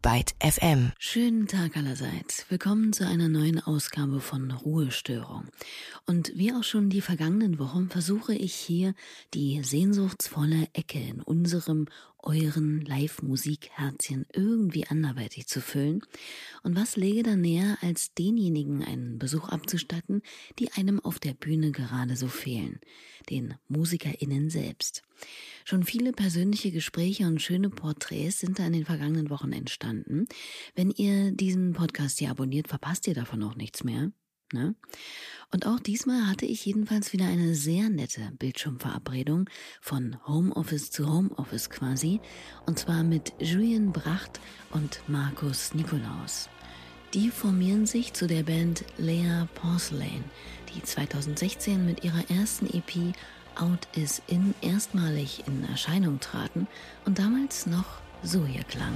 Byte FM. Schönen Tag allerseits. Willkommen zu einer neuen Ausgabe von Ruhestörung. Und wie auch schon die vergangenen Wochen versuche ich hier die sehnsuchtsvolle Ecke in euren Live-Musik-Herzchen irgendwie anderweitig zu füllen. Und was läge da näher, als denjenigen einen Besuch abzustatten, die einem auf der Bühne gerade so fehlen, den MusikerInnen selbst. Schon viele persönliche Gespräche und schöne Porträts sind da in den vergangenen Wochen entstanden. Wenn ihr diesen Podcast hier abonniert, verpasst ihr davon auch nichts mehr. Ne? Und auch diesmal hatte ich jedenfalls wieder eine sehr nette Bildschirmverabredung von Homeoffice zu Homeoffice quasi, und zwar mit Julien Bracht und Markus Nikolaus. Die formieren sich zu der Band Lea Porcelain, die 2016 mit ihrer ersten EP Out is In erstmalig in Erscheinung traten und damals noch so hier klang.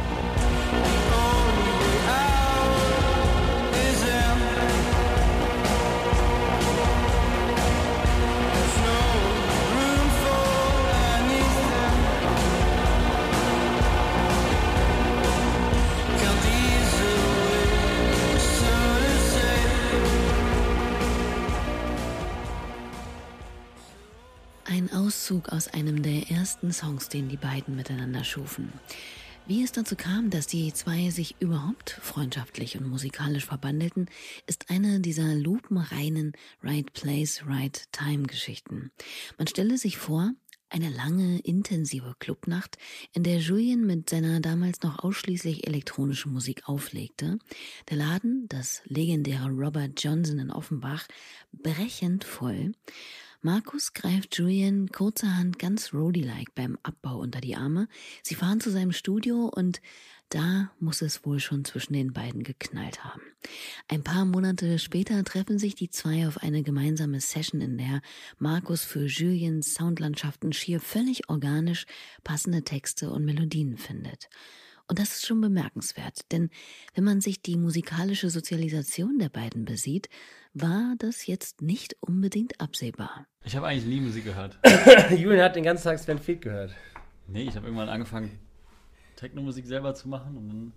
Ein Auszug aus einem der ersten Songs, den die beiden miteinander schufen. Wie es dazu kam, dass die zwei sich überhaupt freundschaftlich und musikalisch verbandelten, ist eine dieser lupenreinen Right Place, Right Time Geschichten. Man stelle sich vor, eine lange, intensive Clubnacht, in der Julien mit seiner damals noch ausschließlich elektronischen Musik auflegte. Der Laden, das legendäre Robert Johnson in Offenbach, brechend voll. Markus greift Julien kurzerhand ganz Roadie-like beim Abbau unter die Arme. Sie fahren zu seinem Studio und da muss es wohl schon zwischen den beiden geknallt haben. Ein paar Monate später treffen sich die zwei auf eine gemeinsame Session, in der Markus für Juliens Soundlandschaften schier völlig organisch passende Texte und Melodien findet. Und das ist schon bemerkenswert, denn wenn man sich die musikalische Sozialisation der beiden besieht, war das jetzt nicht unbedingt absehbar. Ich habe eigentlich nie Musik gehört. Julian hat den ganzen Tag Sven Feth gehört. Nee, ich habe irgendwann angefangen, Techno-Musik selber zu machen und dann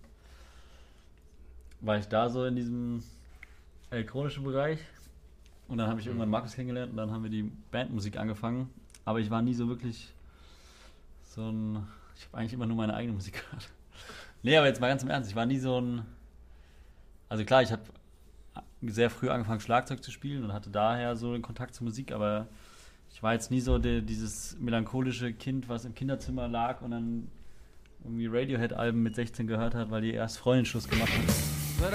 war ich da so in diesem elektronischen Bereich und dann habe ich irgendwann Markus kennengelernt und dann haben wir die Bandmusik angefangen, aber ich war nie so wirklich ich habe eigentlich immer nur meine eigene Musik gehört. Nee, aber jetzt mal ganz im Ernst, ich war nie also klar, ich habe sehr früh angefangen Schlagzeug zu spielen und hatte daher so den Kontakt zur Musik, aber ich war jetzt nie so dieses melancholische Kind, was im Kinderzimmer lag und dann irgendwie Radiohead-Alben mit 16 gehört hat, weil die erst Freundin Schluss gemacht hat.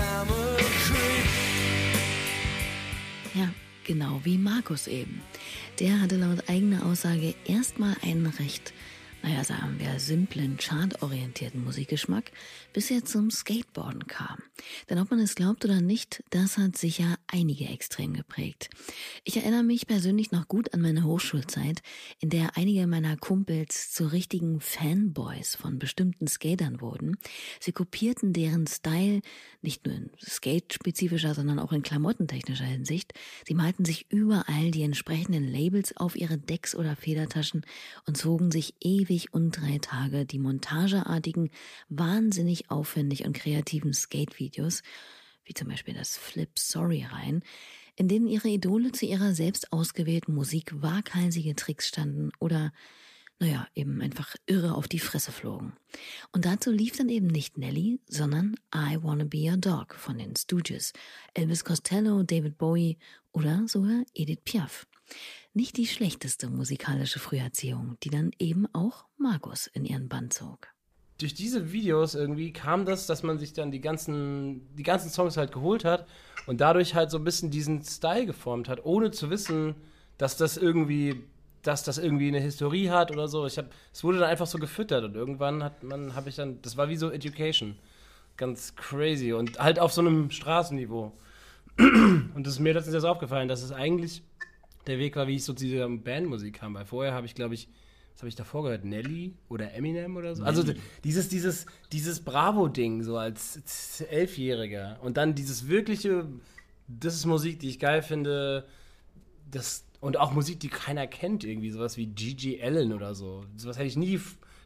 Ja, genau wie Markus eben. Der hatte laut eigener Aussage erstmal einen recht, sagen wir, simplen, chartorientierten Musikgeschmack, bis er zum Skateboarden kam. Denn ob man es glaubt oder nicht, das hat sicher einige extrem geprägt. Ich erinnere mich persönlich noch gut an meine Hochschulzeit, in der einige meiner Kumpels zu richtigen Fanboys von bestimmten Skatern wurden. Sie kopierten deren Style, nicht nur in skate-spezifischer, sondern auch in klamottentechnischer Hinsicht. Sie malten sich überall die entsprechenden Labels auf ihre Decks oder Federtaschen und zogen sich ewig und 3 Tage die montageartigen, wahnsinnig aufwendig und kreativen Skate-Videos, wie zum Beispiel das Flip Sorry rein, in denen ihre Idole zu ihrer selbst ausgewählten Musik waghalsige Tricks standen oder, eben einfach irre auf die Fresse flogen. Und dazu lief dann eben nicht Nelly, sondern I Wanna Be Your Dog von den Stooges, Elvis Costello, David Bowie oder sogar Edith Piaf. Nicht die schlechteste musikalische Früherziehung, die dann eben auch Markus in ihren Bann zog. Durch diese Videos irgendwie kam das, dass man sich dann die ganzen Songs halt geholt hat und dadurch halt so ein bisschen diesen Style geformt hat, ohne zu wissen, dass das irgendwie eine Historie hat oder so. Es wurde dann einfach so gefüttert und irgendwann das war wie so Education. Ganz crazy und halt auf so einem Straßenniveau. Und das ist mir letztens erst aufgefallen, dass es eigentlich der Weg war, wie ich so zu dieser Bandmusik kam. Weil vorher habe ich, glaube ich, was habe ich davor gehört? Nelly oder Eminem oder so? Also dieses Bravo-Ding, so als 11-Jähriger. Und dann dieses wirkliche, das ist Musik, die ich geil finde, und auch Musik, die keiner kennt irgendwie, sowas wie Gigi Allen oder so. Sowas hätte ich nie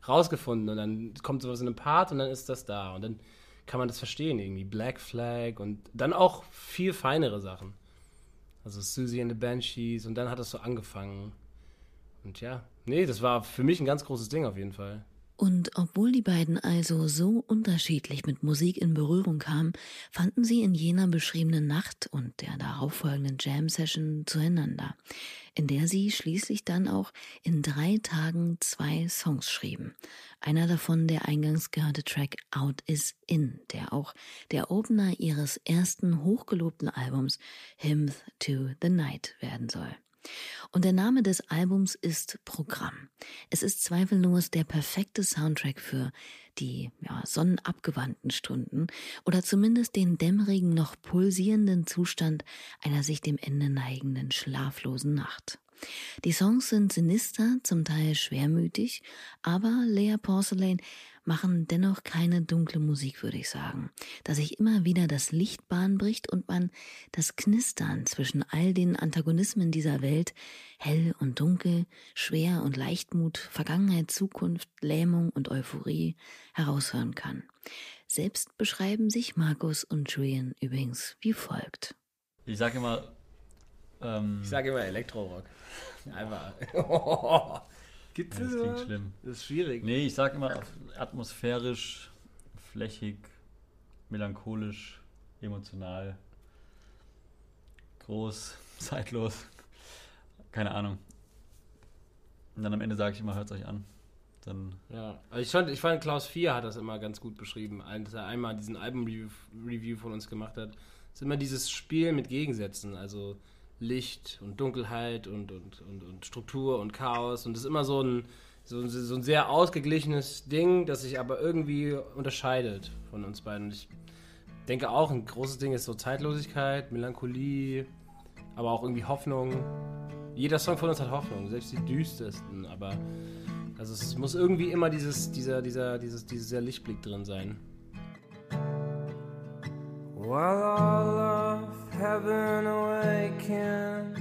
rausgefunden und dann kommt sowas in einem Part und dann ist das da und dann kann man das verstehen irgendwie. Black Flag und dann auch viel feinere Sachen. Also Susie and the Banshees und dann hat das so angefangen. Und ja, nee, das war für mich ein ganz großes Ding auf jeden Fall. Und obwohl die beiden also so unterschiedlich mit Musik in Berührung kamen, fanden sie in jener beschriebenen Nacht und der darauffolgenden Jam-Session zueinander, in der sie schließlich dann auch in 3 Tagen 2 Songs schrieben. Einer davon der eingangs gehörte Track Out Is In, der auch der Opener ihres ersten hochgelobten Albums Hymn to the Night werden soll. Und der Name des Albums ist Programm. Es ist zweifellos der perfekte Soundtrack für die sonnenabgewandten Stunden oder zumindest den dämmerigen, noch pulsierenden Zustand einer sich dem Ende neigenden schlaflosen Nacht. Die Songs sind sinister, zum Teil schwermütig, aber Lea Porcelain machen dennoch keine dunkle Musik, würde ich sagen, da sich immer wieder das Licht Bahn bricht und man das Knistern zwischen all den Antagonismen dieser Welt, hell und dunkel, schwer und Leichtmut, Vergangenheit, Zukunft, Lähmung und Euphorie, heraushören kann. Selbst beschreiben sich Markus und Julian übrigens wie folgt. Ich sage immer Elektrorock. Einfach. Gibt's das klingt schlimm. Das ist schwierig. Nee, ich sag immer atmosphärisch, flächig, melancholisch, emotional, groß, zeitlos. Keine Ahnung. Und dann am Ende sage ich immer, hört's euch an. Dann ja, also ich fand Klaus 4 hat das immer ganz gut beschrieben, als er einmal diesen Album-Review von uns gemacht hat. Es ist immer dieses Spiel mit Gegensätzen, also Licht und Dunkelheit und Struktur und Chaos und das ist immer so ein sehr ausgeglichenes Ding, das sich aber irgendwie unterscheidet von uns beiden. Und ich denke auch, ein großes Ding ist so Zeitlosigkeit, Melancholie, aber auch irgendwie Hoffnung. Jeder Song von uns hat Hoffnung, selbst die düstersten, aber also es muss irgendwie immer dieser Lichtblick drin sein. While all of heaven awakens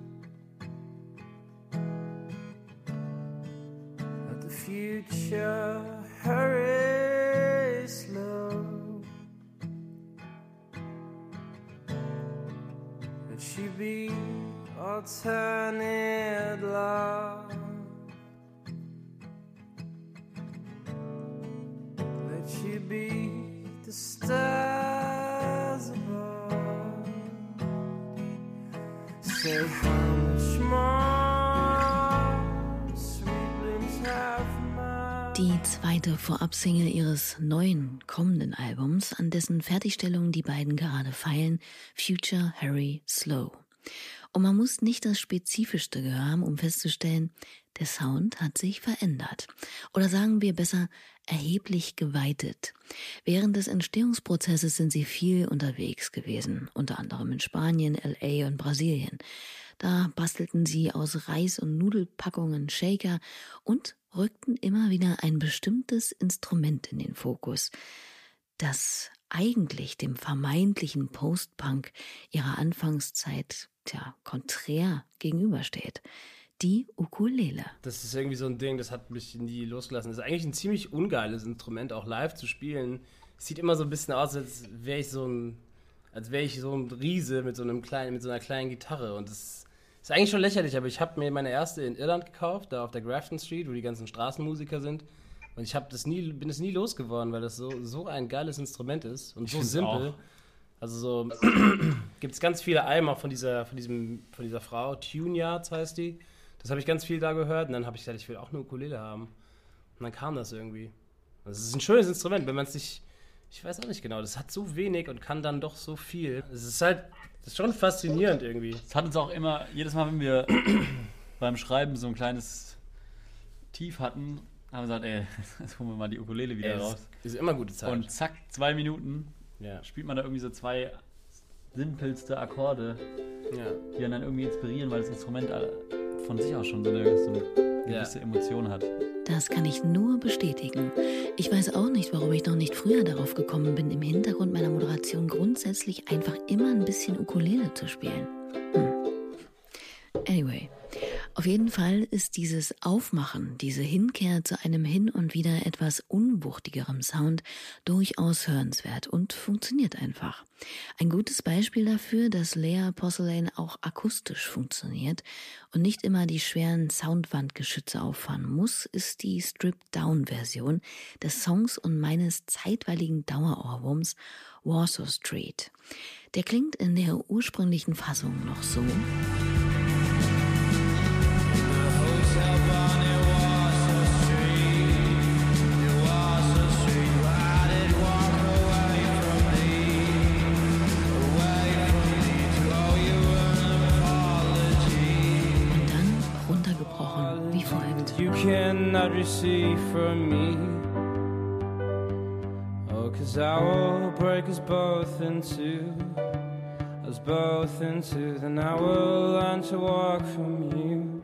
at the future hurries slow, that she be alternate love, let she be the stars above, say how much more sweet blooms have my. Die zweite Vorabsingle ihres neuen, kommenden Albums, an dessen Fertigstellung die beiden gerade feilen, Future Hurry Slow. Und man muss nicht das Spezifischste Gehör haben, um festzustellen, der Sound hat sich verändert. Oder sagen wir besser, erheblich geweitet. Während des Entstehungsprozesses sind sie viel unterwegs gewesen, unter anderem in Spanien, LA und Brasilien. Da bastelten sie aus Reis- und Nudelpackungen Shaker und rückten immer wieder ein bestimmtes Instrument in den Fokus, das eigentlich dem vermeintlichen Post-Punk ihrer Anfangszeit konträr gegenübersteht. Die Ukulele. Das ist irgendwie so ein Ding, das hat mich nie losgelassen. Das ist eigentlich ein ziemlich ungeiles Instrument, auch live zu spielen. Es sieht immer so ein bisschen aus, als wäre ich so ein Riese mit so einer kleinen Gitarre. Und das ist eigentlich schon lächerlich, aber ich habe mir meine erste in Irland gekauft, da auf der Grafton Street, wo die ganzen Straßenmusiker sind. Und ich bin es nie losgeworden, weil das so ein geiles Instrument ist und so simpel. Auch. Also so gibt es ganz viele Alben auch von dieser Frau, Tune Yards heißt die. Das habe ich ganz viel da gehört und dann habe ich gesagt, ich will auch eine Ukulele haben. Und dann kam das irgendwie. Also es ist ein schönes Instrument, wenn man es nicht, ich weiß auch nicht genau, das hat so wenig und kann dann doch so viel. Das ist schon faszinierend irgendwie. Es hat uns auch immer, jedes Mal, wenn wir beim Schreiben so ein kleines Tief hatten, haben wir gesagt, jetzt holen wir mal die Ukulele wieder raus. Ist immer gute Zeit. Und zack, 2 Minuten spielt man da irgendwie so 2 simpelste Akkorde, die einen dann irgendwie inspirieren, weil das Instrument von sich aus schon so eine gewisse Emotion hat. Das kann ich nur bestätigen. Ich weiß auch nicht, warum ich noch nicht früher darauf gekommen bin, im Hintergrund meiner Moderation grundsätzlich einfach immer ein bisschen Ukulele zu spielen. Anyway, Auf jeden Fall ist dieses Aufmachen, diese Hinkehr zu einem hin und wieder etwas unwuchtigerem Sound durchaus hörenswert und funktioniert einfach. Ein gutes Beispiel dafür, dass Lea Porcelain auch akustisch funktioniert und nicht immer die schweren Soundwandgeschütze auffahren muss, ist die Stripped-Down-Version des Songs und meines zeitweiligen Dauerohrwurms Warsaw Street. Der klingt in der ursprünglichen Fassung noch so. You cannot receive from me. Oh, 'cause I will break us both in two. Then I will learn to walk from you.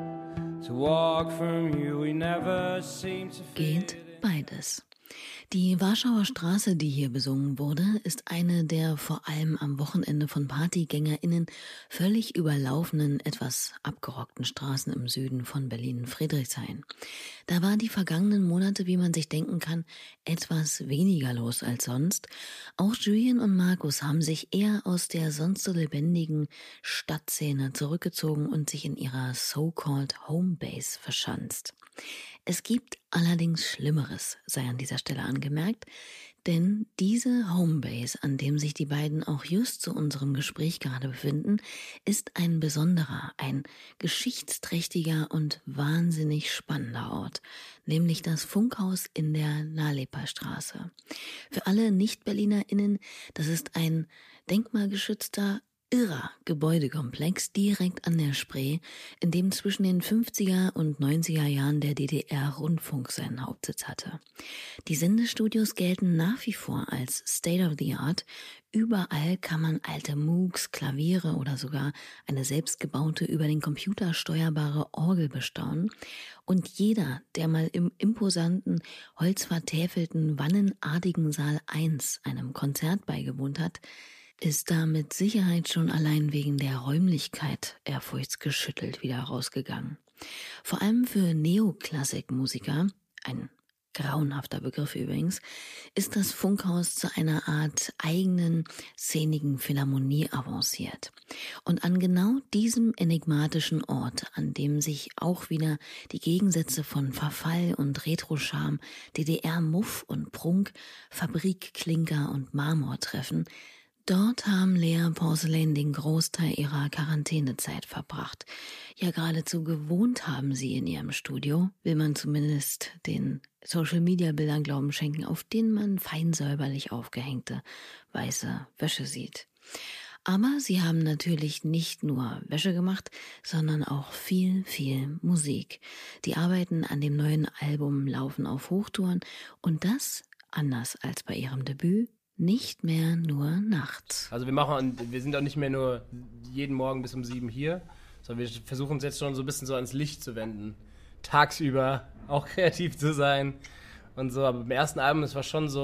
To walk from you, we never seem to Geht beides. Die Warschauer Straße, die hier besungen wurde, ist eine der vor allem am Wochenende von PartygängerInnen völlig überlaufenen, etwas abgerockten Straßen im Süden von Berlin-Friedrichshain. Da war die vergangenen Monate, wie man sich denken kann, etwas weniger los als sonst. Auch Julien und Markus haben sich eher aus der sonst so lebendigen Stadtszene zurückgezogen und sich in ihrer so-called Homebase verschanzt. Es gibt allerdings Schlimmeres, sei an dieser Stelle angemerkt, denn diese Homebase, an dem sich die beiden auch just zu unserem Gespräch gerade befinden, ist ein besonderer, ein geschichtsträchtiger und wahnsinnig spannender Ort, nämlich das Funkhaus in der Nalepa-Straße. Für alle Nicht-BerlinerInnen, das ist ein denkmalgeschützter, irrer Gebäudekomplex direkt an der Spree, in dem zwischen den 50er und 90er Jahren der DDR-Rundfunk seinen Hauptsitz hatte. Die Sendestudios gelten nach wie vor als State of the Art. Überall kann man alte Moogs, Klaviere oder sogar eine selbstgebaute, über den Computer steuerbare Orgel bestaunen. Und jeder, der mal im imposanten, holzvertäfelten, wannenartigen Saal 1 einem Konzert beigewohnt hat, ist da mit Sicherheit schon allein wegen der Räumlichkeit ehrfurchtsgeschüttelt wieder rausgegangen. Vor allem für Neoklassikmusiker, ein grauenhafter Begriff übrigens, ist das Funkhaus zu einer Art eigenen szenigen Philharmonie avanciert. Und an genau diesem enigmatischen Ort, an dem sich auch wieder die Gegensätze von Verfall und Retro-Charme, DDR-Muff und Prunk, Fabrikklinker und Marmor treffen, dort haben Lea Porcelain den Großteil ihrer Quarantänezeit verbracht. Ja, geradezu gewohnt haben sie in ihrem Studio, will man zumindest den Social-Media-Bildern Glauben schenken, auf denen man fein säuberlich aufgehängte weiße Wäsche sieht. Aber sie haben natürlich nicht nur Wäsche gemacht, sondern auch viel, viel Musik. Die Arbeiten an dem neuen Album laufen auf Hochtouren und das, anders als bei ihrem Debüt, nicht mehr nur nachts. Also wir sind auch nicht mehr nur jeden Morgen bis um 7 hier, sondern wir versuchen uns jetzt schon so ein bisschen so ans Licht zu wenden. Tagsüber auch kreativ zu sein und so. Aber beim ersten Album, das war schon so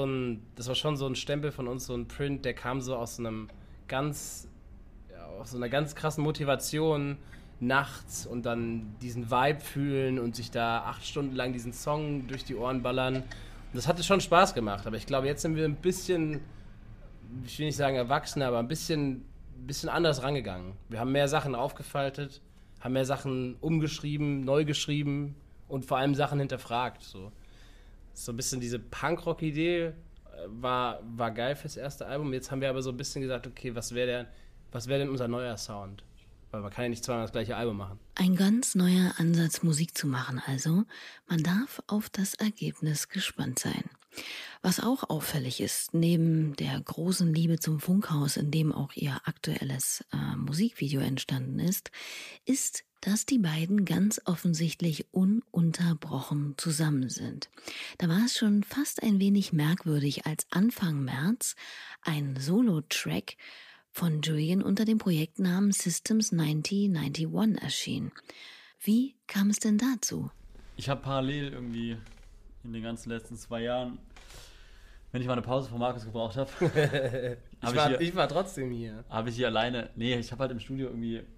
ein Stempel von uns, so ein Print, der kam so aus aus so einer ganz krassen Motivation nachts und dann diesen Vibe fühlen und sich da 8 Stunden lang diesen Song durch die Ohren ballern. Das hatte schon Spaß gemacht, aber ich glaube, jetzt sind wir ein bisschen, ich will nicht sagen erwachsener, aber ein bisschen anders rangegangen. Wir haben mehr Sachen aufgefaltet, haben mehr Sachen umgeschrieben, neu geschrieben und vor allem Sachen hinterfragt. So ein bisschen diese Punkrock-Idee war geil fürs erste Album. Jetzt haben wir aber so ein bisschen gesagt, okay, was wäre denn unser neuer Sound? Weil man kann ja nicht zweimal das gleiche Album machen. Ein ganz neuer Ansatz, Musik zu machen also. Man darf auf das Ergebnis gespannt sein. Was auch auffällig ist, neben der großen Liebe zum Funkhaus, in dem auch ihr aktuelles Musikvideo entstanden ist, dass die beiden ganz offensichtlich ununterbrochen zusammen sind. Da war es schon fast ein wenig merkwürdig, als Anfang März ein Solo-Track von Julien unter dem Projektnamen Systems 9091 erschien. Wie kam es denn dazu? Ich habe parallel irgendwie in den ganzen letzten 2 Jahren, wenn ich mal eine Pause von Markus gebraucht habe, ich war trotzdem hier. Habe ich hier alleine, ich habe halt im Studio irgendwie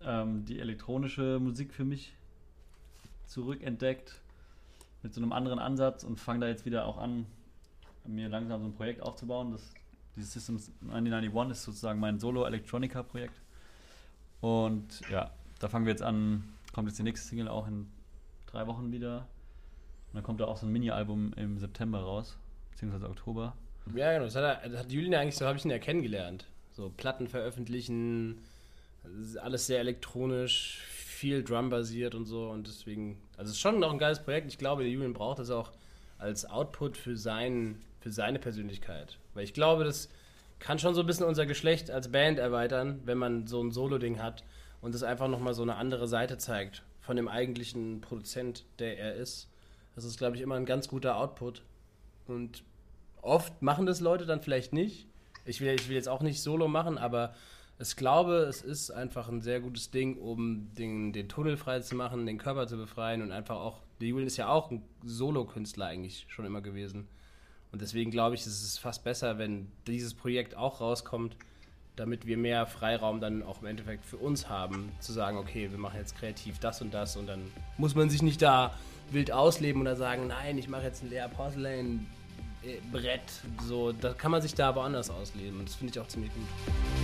die elektronische Musik für mich zurückentdeckt mit so einem anderen Ansatz und fange da jetzt wieder auch an, mir langsam so ein Projekt aufzubauen. Dieses Systems 1991 ist sozusagen mein Solo-Electronica-Projekt. Und ja, da fangen wir jetzt an, kommt jetzt die nächste Single auch in 3 Wochen wieder. Und dann kommt da auch so ein Mini-Album im September raus, beziehungsweise Oktober. Ja, genau, das hat Julian ja eigentlich, so habe ich ihn ja kennengelernt. So Platten veröffentlichen, alles sehr elektronisch, viel Drum-basiert und so. Und deswegen, also es ist schon noch ein geiles Projekt. Ich glaube, der Julian braucht das auch als Output für seine Persönlichkeit. Weil ich glaube, das kann schon so ein bisschen unser Geschlecht als Band erweitern, wenn man so ein Solo-Ding hat und das einfach nochmal so eine andere Seite zeigt von dem eigentlichen Produzent, der er ist. Das ist, glaube ich, immer ein ganz guter Output. Und oft machen das Leute dann vielleicht nicht. Ich will jetzt auch nicht Solo machen, aber ich glaube, es ist einfach ein sehr gutes Ding, um den Tunnel frei zu machen, den Körper zu befreien und einfach auch, der Julian ist ja auch ein Solo-Künstler eigentlich schon immer gewesen. Und deswegen glaube ich, es ist fast besser, wenn dieses Projekt auch rauskommt, damit wir mehr Freiraum dann auch im Endeffekt für uns haben, zu sagen, okay, wir machen jetzt kreativ das und dann muss man sich nicht da wild ausleben oder sagen, nein, ich mache jetzt ein Lea Porcelain Brett, so, da kann man sich da woanders ausleben und das finde ich auch ziemlich gut.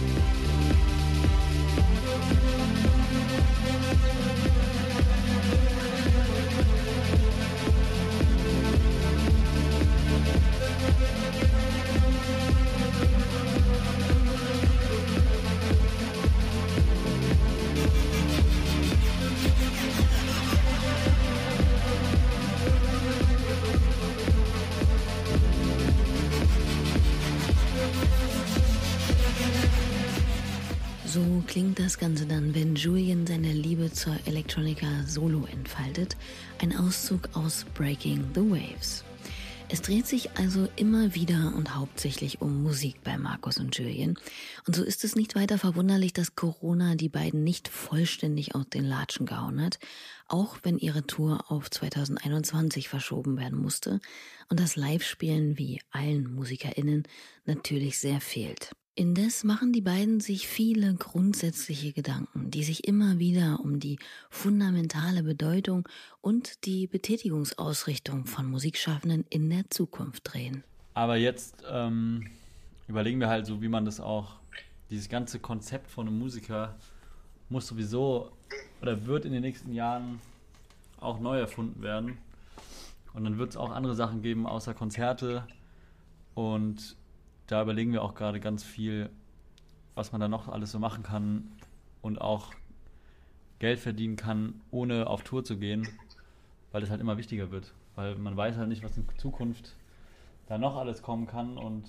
So klingt das Ganze dann, wenn Julian seine Liebe zur Electronica Solo entfaltet. Ein Auszug aus Breaking the Waves. Es dreht sich also immer wieder und hauptsächlich um Musik bei Markus und Julian. Und so ist es nicht weiter verwunderlich, dass Corona die beiden nicht vollständig aus den Latschen gehauen hat, auch wenn ihre Tour auf 2021 verschoben werden musste und das Live-Spielen wie allen MusikerInnen natürlich sehr fehlt. Indes machen die beiden sich viele grundsätzliche Gedanken, die sich immer wieder um die fundamentale Bedeutung und die Betätigungsausrichtung von Musikschaffenden in der Zukunft drehen. Aber jetzt überlegen wir halt so, wie man das auch, dieses ganze Konzept von einem Musiker muss sowieso oder wird in den nächsten Jahren auch neu erfunden werden. Und dann wird es auch andere Sachen geben, außer Konzerte. Und da überlegen wir auch gerade ganz viel, was man da noch alles so machen kann und auch Geld verdienen kann, ohne auf Tour zu gehen, weil das halt immer wichtiger wird. Weil man weiß halt nicht, was in Zukunft da noch alles kommen kann und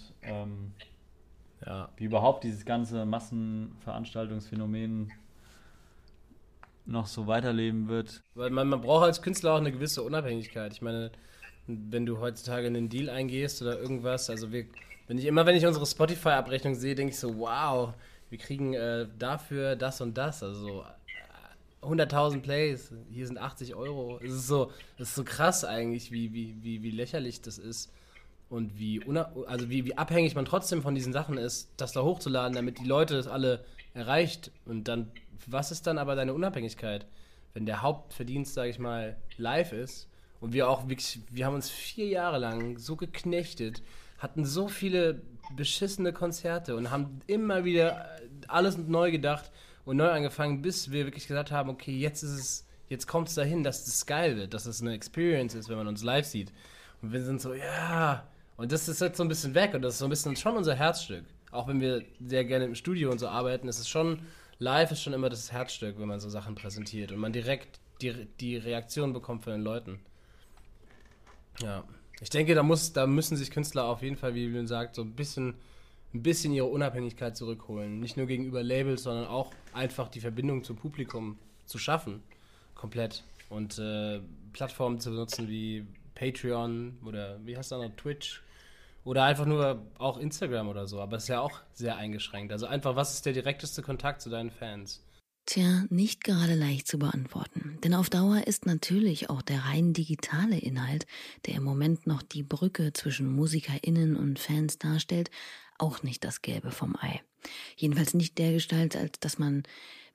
wie überhaupt dieses ganze Massenveranstaltungsphänomen noch so weiterleben wird. Weil man braucht als Künstler auch eine gewisse Unabhängigkeit. Ich meine, wenn du heutzutage einen Deal eingehst oder irgendwas, also wenn ich unsere Spotify-Abrechnung sehe, denke ich so, wow, wir kriegen dafür das und das, also 100.000 Plays, hier sind 80 Euro. Es ist so krass eigentlich, wie lächerlich das ist und wie abhängig man trotzdem von diesen Sachen ist, das da hochzuladen, damit die Leute es alle erreicht. Und dann, was ist dann aber deine Unabhängigkeit, wenn der Hauptverdienst, sage ich mal, live ist und wir haben uns 4 Jahre lang so geknechtet, hatten so viele beschissene Konzerte und haben immer wieder alles neu gedacht und neu angefangen, bis wir wirklich gesagt haben, okay, jetzt kommt es dahin, dass das geil wird, dass es eine Experience ist, wenn man uns live sieht. Und wir sind so, ja, und das ist jetzt so ein bisschen weg und das ist so ein bisschen schon unser Herzstück. Auch wenn wir sehr gerne im Studio und so arbeiten, live ist schon immer das Herzstück, wenn man so Sachen präsentiert und man direkt die Reaktion bekommt von den Leuten. Ja. Ich denke, da müssen sich Künstler auf jeden Fall, wie Julian sagt, so ein bisschen ihre Unabhängigkeit zurückholen. Nicht nur gegenüber Labels, sondern auch einfach die Verbindung zum Publikum zu schaffen. Komplett. Und Plattformen zu benutzen wie Patreon oder wie heißt das noch, Twitch oder einfach nur auch Instagram oder so. Aber es ist ja auch sehr eingeschränkt. Also einfach, was ist der direkteste Kontakt zu deinen Fans? Tja, nicht gerade leicht zu beantworten. Denn auf Dauer ist natürlich auch der rein digitale Inhalt, der im Moment noch die Brücke zwischen MusikerInnen und Fans darstellt, auch nicht das Gelbe vom Ei. Jedenfalls nicht dergestalt, als dass man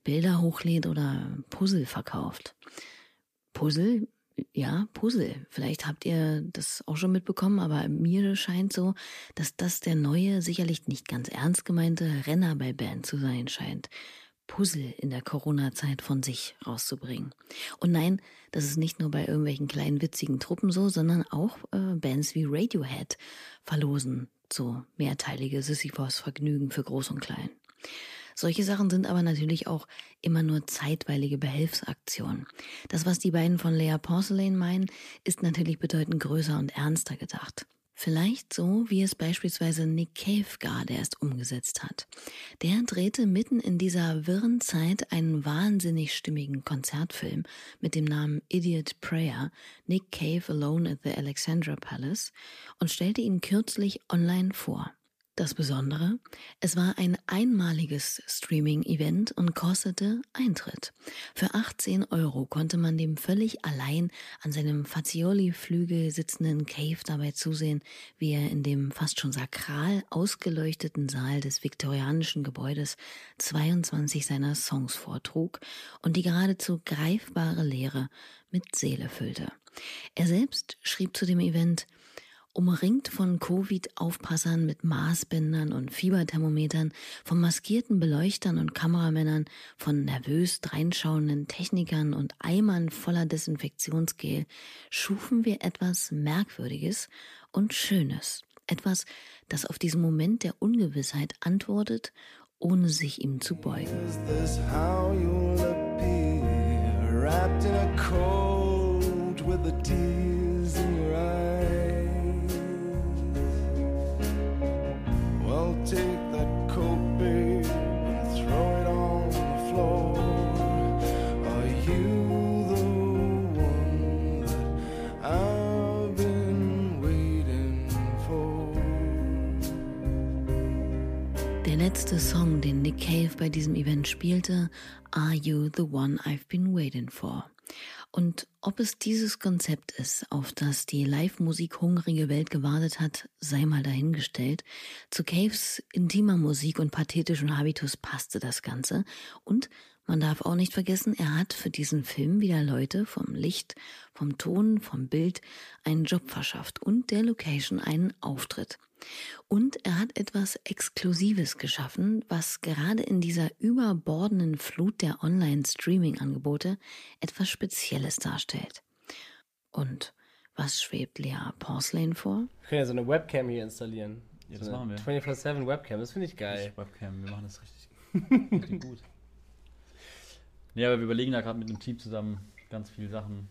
Bilder hochlädt oder Puzzle verkauft. Puzzle? Ja, Puzzle. Vielleicht habt ihr das auch schon mitbekommen, aber mir scheint so, dass das der neue, sicherlich nicht ganz ernst gemeinte Renner bei Band zu sein scheint. Puzzle in der Corona-Zeit von sich rauszubringen. Und nein, das ist nicht nur bei irgendwelchen kleinen witzigen Truppen so, sondern auch Bands wie Radiohead verlosen so mehrteilige Sisyphos-Vergnügen für Groß und Klein. Solche Sachen sind aber natürlich auch immer nur zeitweilige Behelfsaktionen. Das, was die beiden von Lea Porcelain meinen, ist natürlich bedeutend größer und ernster gedacht. Vielleicht so, wie es beispielsweise Nick Cave gerade erst umgesetzt hat. Der drehte mitten in dieser wirren Zeit einen wahnsinnig stimmigen Konzertfilm mit dem Namen Idiot Prayer, Nick Cave Alone at the Alexandra Palace, und stellte ihn kürzlich online vor. Das Besondere, es war ein einmaliges Streaming-Event und kostete Eintritt. Für 18 € konnte man dem völlig allein an seinem Fazioli-Flügel sitzenden Cave dabei zusehen, wie er in dem fast schon sakral ausgeleuchteten Saal des viktorianischen Gebäudes 22 seiner Songs vortrug und die geradezu greifbare Leere mit Seele füllte. Er selbst schrieb zu dem Event: Umringt von Covid-Aufpassern mit Maßbändern und Fieberthermometern, von maskierten Beleuchtern und Kameramännern, von nervös dreinschauenden Technikern und Eimern voller Desinfektionsgel, schufen wir etwas Merkwürdiges und Schönes. Etwas, das auf diesen Moment der Ungewissheit antwortet, ohne sich ihm zu beugen. Is this how you'll appear, wrapped in a coat with the tears in your eyes? Well, take that coat, babe, and throw it on the floor. Are you the one that I've been waiting for? Der letzte Song, den Nick Cave bei diesem Event spielte, Are You the One I've Been Waiting For? Und ob es dieses Konzept ist, auf das die Live-Musik hungrige Welt gewartet hat, sei mal dahingestellt. Zu Caves intimer Musik und pathetischen Habitus passte das Ganze. Und man darf auch nicht vergessen, er hat für diesen Film wieder Leute vom Licht, vom Ton, vom Bild einen Job verschafft und der Location einen Auftritt. Und er hat etwas Exklusives geschaffen, was gerade in dieser überbordenden Flut der Online-Streaming-Angebote etwas Spezielles darstellt. Und was schwebt Lea Porcelain vor? Wir können ja so eine Webcam hier installieren. Ja, so das machen wir. 24/7 Webcam, das finde ich geil. Nicht Webcam, wir machen das richtig gut. Nee, aber wir überlegen da gerade mit einem Team zusammen ganz viele Sachen.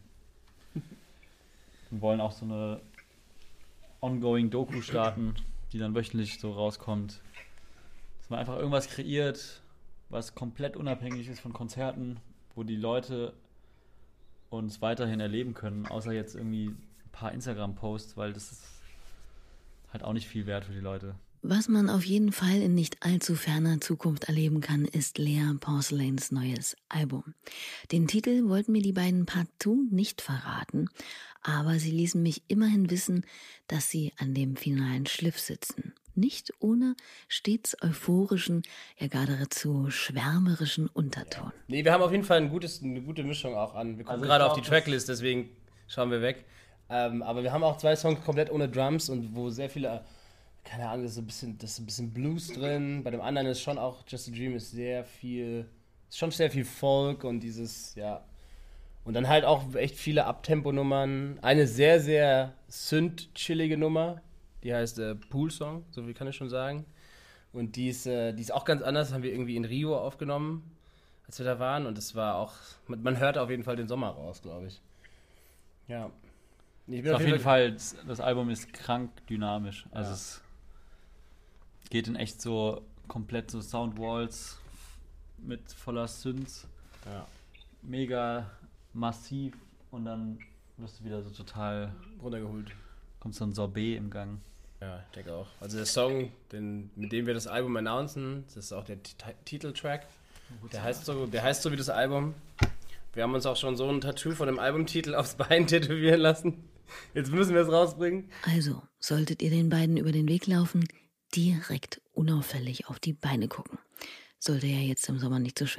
Wir wollen auch so eine ongoing Doku starten, die dann wöchentlich so rauskommt. Dass man einfach irgendwas kreiert, was komplett unabhängig ist von Konzerten, wo die Leute uns weiterhin erleben können, außer jetzt irgendwie ein paar Instagram-Posts, weil das ist halt auch nicht viel wert für die Leute. Was man auf jeden Fall in nicht allzu ferner Zukunft erleben kann, ist Lea Porcelains neues Album. Den Titel wollten mir die beiden partout nicht verraten, aber sie ließen mich immerhin wissen, dass sie an dem finalen Schliff sitzen. Nicht ohne stets euphorischen, ja geradezu schwärmerischen Unterton. Nee, wir haben auf jeden Fall eine gute Mischung auch an. Wir gucken gerade auf die Tracklist, deswegen schauen wir weg. Aber wir haben auch 2 Songs komplett ohne Drums und wo sehr viele, keine Ahnung, das ist ein bisschen Blues drin. Bei dem anderen ist schon auch Just a Dream ist sehr viel Folk und dieses, ja. Und dann halt auch echt viele Abtempo-Nummern. Eine sehr, sehr synth-chillige Nummer, die heißt Pool Song, so viel kann ich schon sagen. Und die ist auch ganz anders, haben wir irgendwie in Rio aufgenommen, als wir da waren. Und es war auch, man hört auf jeden Fall den Sommer raus, glaube ich. Ja. Ich bin Auf jeden Fall, das Album ist krank dynamisch. Also es geht in echt so komplett so Soundwalls mit voller Synths. Ja. Mega massiv und dann wirst du wieder so total runtergeholt. Kommt so ein Sorbet im Gang. Ja, ich denke auch. Also der Song, mit dem wir das Album announcen, das ist auch der Titeltrack. Der heißt so wie das Album. Wir haben uns auch schon so ein Tattoo von dem Albumtitel aufs Bein tätowieren lassen. Jetzt müssen wir es rausbringen. Also, solltet ihr den beiden über den Weg laufen, direkt unauffällig auf die Beine gucken. Sollte ja jetzt im Sommer nicht so schwer sein.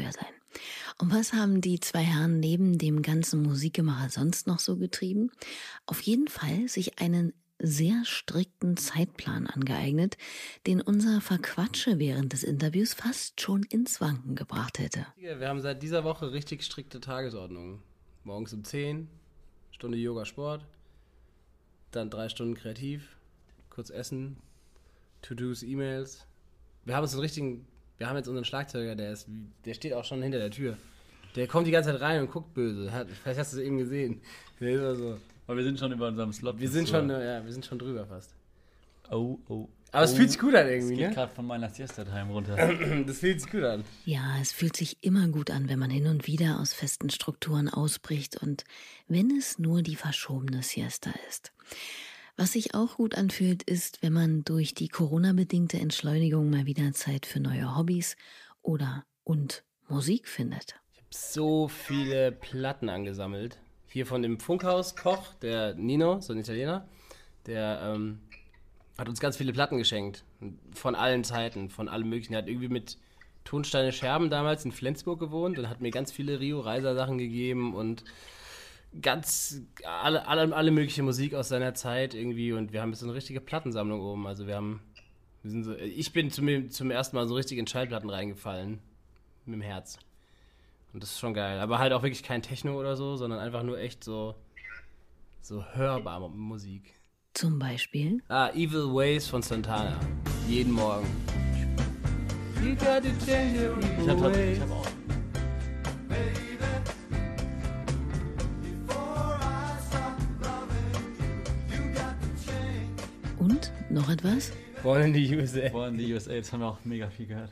Und was haben die zwei Herren neben dem ganzen Musikgemacher sonst noch so getrieben? Auf jeden Fall sich einen sehr strikten Zeitplan angeeignet, den unser Verquatsche während des Interviews fast schon ins Wanken gebracht hätte. Wir haben seit dieser Woche richtig strikte Tagesordnungen. Morgens um 10, Stunde Yoga, Sport, dann 3 Stunden kreativ, kurz essen, To-Dos, E-Mails. Wir haben jetzt unseren Schlagzeuger, der steht auch schon hinter der Tür. Der kommt die ganze Zeit rein und guckt böse. Vielleicht hast du es eben gesehen. Der ist also Weil wir sind schon über unserem Slot. wir sind schon drüber fast. Oh. Aber es fühlt sich gut an irgendwie, Es geht ne? gerade von meiner Siesta-Time runter. Das fühlt sich gut an. Ja, es fühlt sich immer gut an, wenn man hin und wieder aus festen Strukturen ausbricht und wenn es nur die verschobene Siesta ist. Was sich auch gut anfühlt, ist, wenn man durch die Corona-bedingte Entschleunigung mal wieder Zeit für neue Hobbys und Musik findet. Ich habe so viele Platten angesammelt. Hier von dem Funkhaus-Koch, der Nino, so ein Italiener, der hat uns ganz viele Platten geschenkt. Von allen Zeiten, von allem Möglichen. Er hat irgendwie mit Tonsteine Scherben damals in Flensburg gewohnt und hat mir ganz viele Rio Reiser Sachen gegeben und alle mögliche Musik aus seiner Zeit irgendwie. Und wir haben jetzt so eine richtige Plattensammlung oben. Also ich bin zum ersten Mal so richtig in Schallplatten reingefallen. Mit dem Herz. Und das ist schon geil. Aber halt auch wirklich kein Techno oder so, sondern einfach nur echt so hörbare Musik. Zum Beispiel Evil Ways von Santana. Jeden Morgen. You got to change your evil ways. Ich hab auch. und noch etwas? Born in the USA. Born in the USA, das haben wir auch mega viel gehört.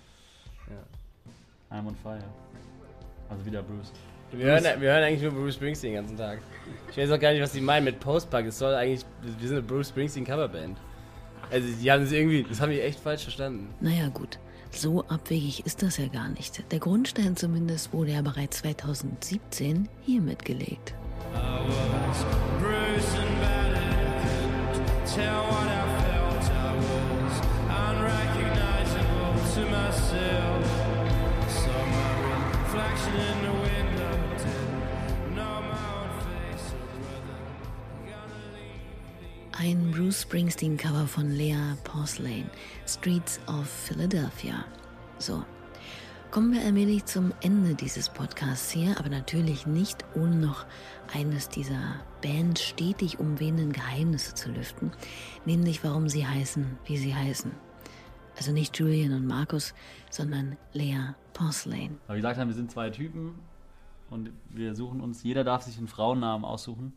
Ja. I'm on fire. Also wieder Bruce. Wir hören eigentlich nur Bruce Springsteen den ganzen Tag. Ich weiß auch gar nicht, was die meinen mit Postpunk. Wir sind eine Bruce Springsteen Coverband. Also die haben es irgendwie, das haben die echt falsch verstanden. Naja gut, so abwegig ist das ja gar nicht. Der Grundstein zumindest wurde ja bereits 2017 hiermit gelegt. I was bruised and battered, couldn't tell what I felt. I was unrecognizable to myself. Saw my reflection in the window, didn't know my own face. Oh brother, gonna leave me. Ein Bruce Springsteen-Cover von Lea Porcelain, Streets of Philadelphia. So, kommen wir allmählich zum Ende dieses Podcasts hier, aber natürlich nicht, ohne noch eines dieser Band stetig umwehenden Geheimnisse zu lüften, nämlich warum sie heißen, wie sie heißen. Also nicht Julian und Markus, sondern Lea Porcelain. Aber wie gesagt haben, wir sind 2 Typen und wir suchen uns, jeder darf sich einen Frauennamen aussuchen.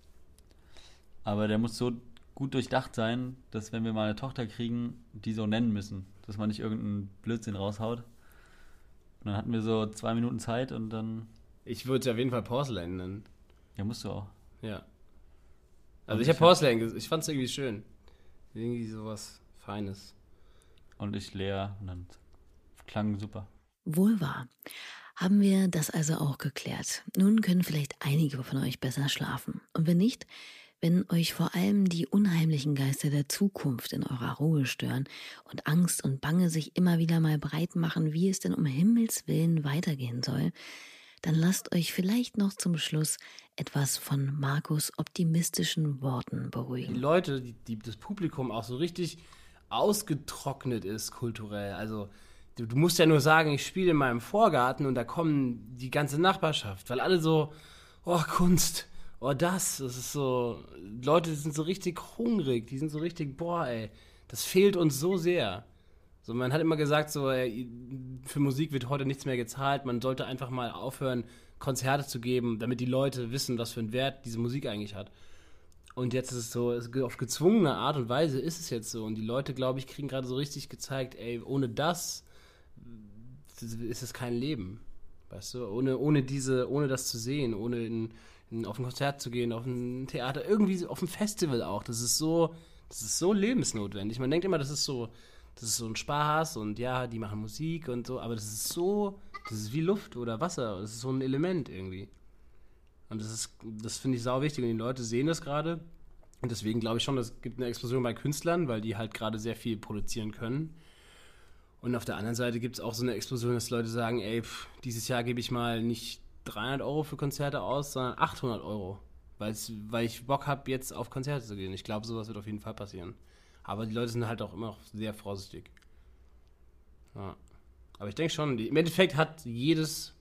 Aber der muss so gut durchdacht sein, dass wenn wir mal eine Tochter kriegen, die so nennen müssen. Dass man nicht irgendeinen Blödsinn raushaut. Und dann hatten wir so 2 Minuten Zeit und dann... Ich würde es auf jeden Fall Porcelain nennen. Ja, musst du auch. Ja. Also ich habe Porcelain, ich fand es irgendwie schön. Irgendwie sowas Feines. Und ich Lea und dann klang super. Wohl wahr. Haben wir das also auch geklärt. Nun können vielleicht einige von euch besser schlafen. Und wenn nicht, wenn euch vor allem die unheimlichen Geister der Zukunft in eurer Ruhe stören und Angst und Bange sich immer wieder mal breit machen, wie es denn um Himmels Willen weitergehen soll, dann lasst euch vielleicht noch zum Schluss etwas von Markus' optimistischen Worten Die beruhigen. Leute, das Publikum auch so richtig ausgetrocknet ist kulturell. Also du musst ja nur sagen, ich spiele in meinem Vorgarten und da kommen die ganze Nachbarschaft, weil alle so, oh Kunst, oh das ist so, Leute sind so richtig hungrig, die sind so richtig, boah ey, das fehlt uns so sehr. So, man hat immer gesagt, so für Musik wird heute nichts mehr gezahlt, man sollte einfach mal aufhören, Konzerte zu geben, damit die Leute wissen, was für einen Wert diese Musik eigentlich hat. Und jetzt ist es so, auf gezwungene Art und Weise ist es jetzt so. Und die Leute, glaube ich, kriegen gerade so richtig gezeigt, ey, ohne das ist es kein Leben. Weißt du? Ohne das zu sehen, ohne auf ein Konzert zu gehen, auf ein Theater, irgendwie auf ein Festival auch. Das ist so lebensnotwendig. Man denkt immer, das ist so ein Spaß und ja, die machen Musik und so, aber das ist wie Luft oder Wasser. Das ist so ein Element irgendwie. Und das finde ich sau wichtig und die Leute sehen das gerade. Und deswegen glaube ich schon, es gibt eine Explosion bei Künstlern, weil die halt gerade sehr viel produzieren können. Und auf der anderen Seite gibt es auch so eine Explosion, dass Leute sagen, ey, dieses Jahr gebe ich mal nicht 300 Euro für Konzerte aus, sondern 800 Euro. Weil ich Bock habe, jetzt auf Konzerte zu gehen. Ich glaube, sowas wird auf jeden Fall passieren. Aber die Leute sind halt auch immer noch sehr vorsichtig. Ja. Aber ich denke schon, im Endeffekt hat das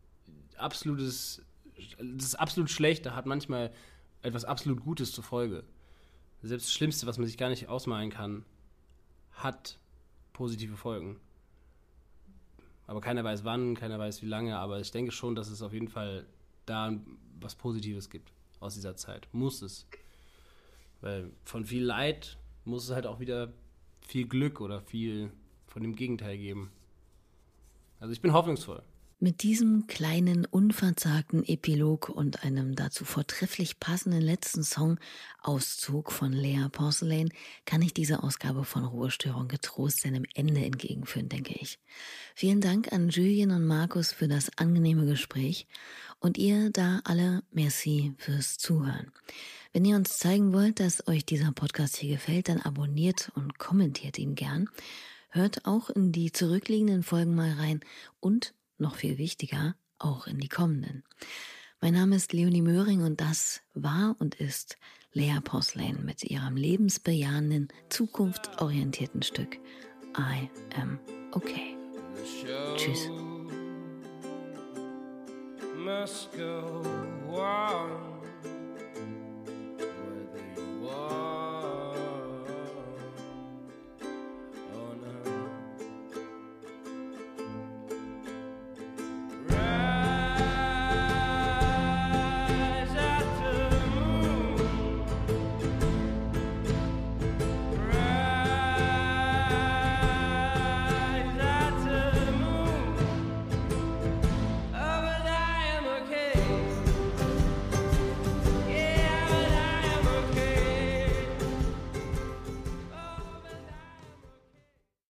absolut Schlechte hat manchmal etwas absolut Gutes zur Folge. Selbst das Schlimmste, was man sich gar nicht ausmalen kann, hat positive Folgen. Aber keiner weiß wann, keiner weiß wie lange, aber ich denke schon, dass es auf jeden Fall da was Positives gibt aus dieser Zeit. Muss es. Weil von viel Leid muss es halt auch wieder viel Glück oder viel von dem Gegenteil geben. Also ich bin hoffnungsvoll. Mit diesem kleinen, unverzagten Epilog und einem dazu vortrefflich passenden letzten Song, Auszug von Lea Porcelain, kann ich diese Ausgabe von Ruhestörung getrost seinem Ende entgegenführen, denke ich. Vielen Dank an Julien und Markus für das angenehme Gespräch und ihr da alle, merci fürs Zuhören. Wenn ihr uns zeigen wollt, dass euch dieser Podcast hier gefällt, dann abonniert und kommentiert ihn gern. Hört auch in die zurückliegenden Folgen mal rein und noch viel wichtiger, auch in die kommenden. Mein Name ist Leonie Möhring und das war und ist Lea Porcelain mit ihrem lebensbejahenden, zukunftsorientierten Stück I Am Okay. Tschüss. Must go on.